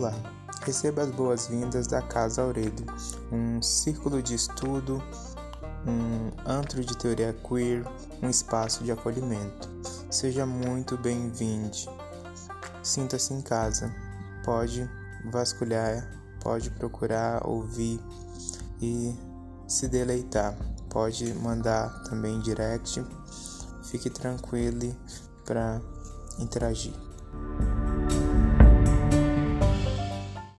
Olá, receba as boas-vindas da Casa Aurélio, um círculo de estudo, um antro de teoria queer, um espaço de acolhimento. Seja muito bem-vindo. Sinta-se em casa. Pode vasculhar, pode procurar, ouvir e se deleitar. Pode mandar também direct. Fique tranquilo para interagir.